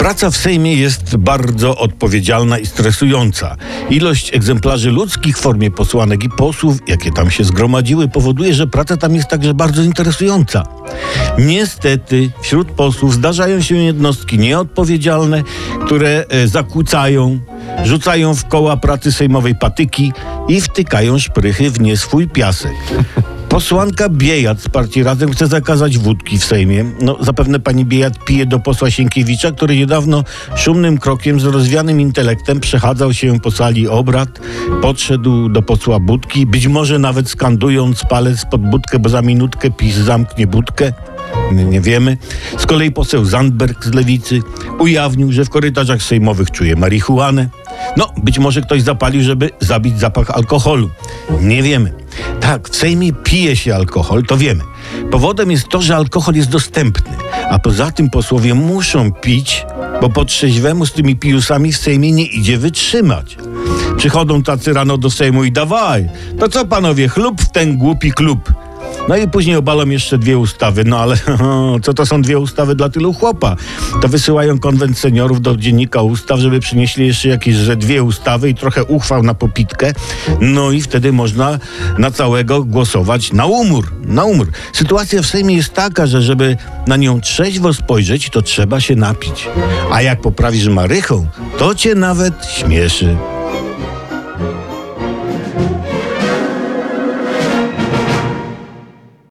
Praca w Sejmie jest bardzo odpowiedzialna i stresująca. Ilość egzemplarzy ludzkich w formie posłanek i posłów, jakie tam się zgromadziły, powoduje, że praca tam jest także bardzo interesująca. Niestety wśród posłów zdarzają się jednostki nieodpowiedzialne, które zakłócają, rzucają w koła pracy sejmowej patyki i wtykają szprychy w nie swój piasek. Posłanka Biejat z partii Razem chce zakazać wódki w Sejmie. Zapewne pani Biejat pije do posła Sienkiewicza, który niedawno szumnym krokiem z rozwianym intelektem przechadzał się po sali obrad, podszedł do posła Budki, być może nawet skandując palec pod budkę, bo za minutkę PiS zamknie budkę. Nie wiemy. Z kolei poseł Zandberg z Lewicy ujawnił, że w korytarzach sejmowych czuje marihuanę. Być może ktoś zapalił, żeby zabić zapach alkoholu. Nie wiemy. Tak, w Sejmie pije się alkohol, to wiemy. Powodem jest to, że alkohol jest dostępny, a poza tym posłowie muszą pić, bo po trzeźwemu z tymi pijusami w Sejmie nie idzie wytrzymać. Przychodzą tacy rano do Sejmu i dawaj, to co panowie, chlub w ten głupi klub. I później obalą jeszcze 2 ustawy. Ale co to są 2 ustawy dla tylu chłopa? To wysyłają konwent seniorów do dziennika ustaw, żeby przynieśli jeszcze jakieś 2 ustawy i trochę uchwał na popitkę. I wtedy można na całego głosować na umór. Sytuacja w Sejmie jest taka, że żeby na nią trzeźwo spojrzeć, to trzeba się napić. A jak poprawisz marychą, to cię nawet śmieszy.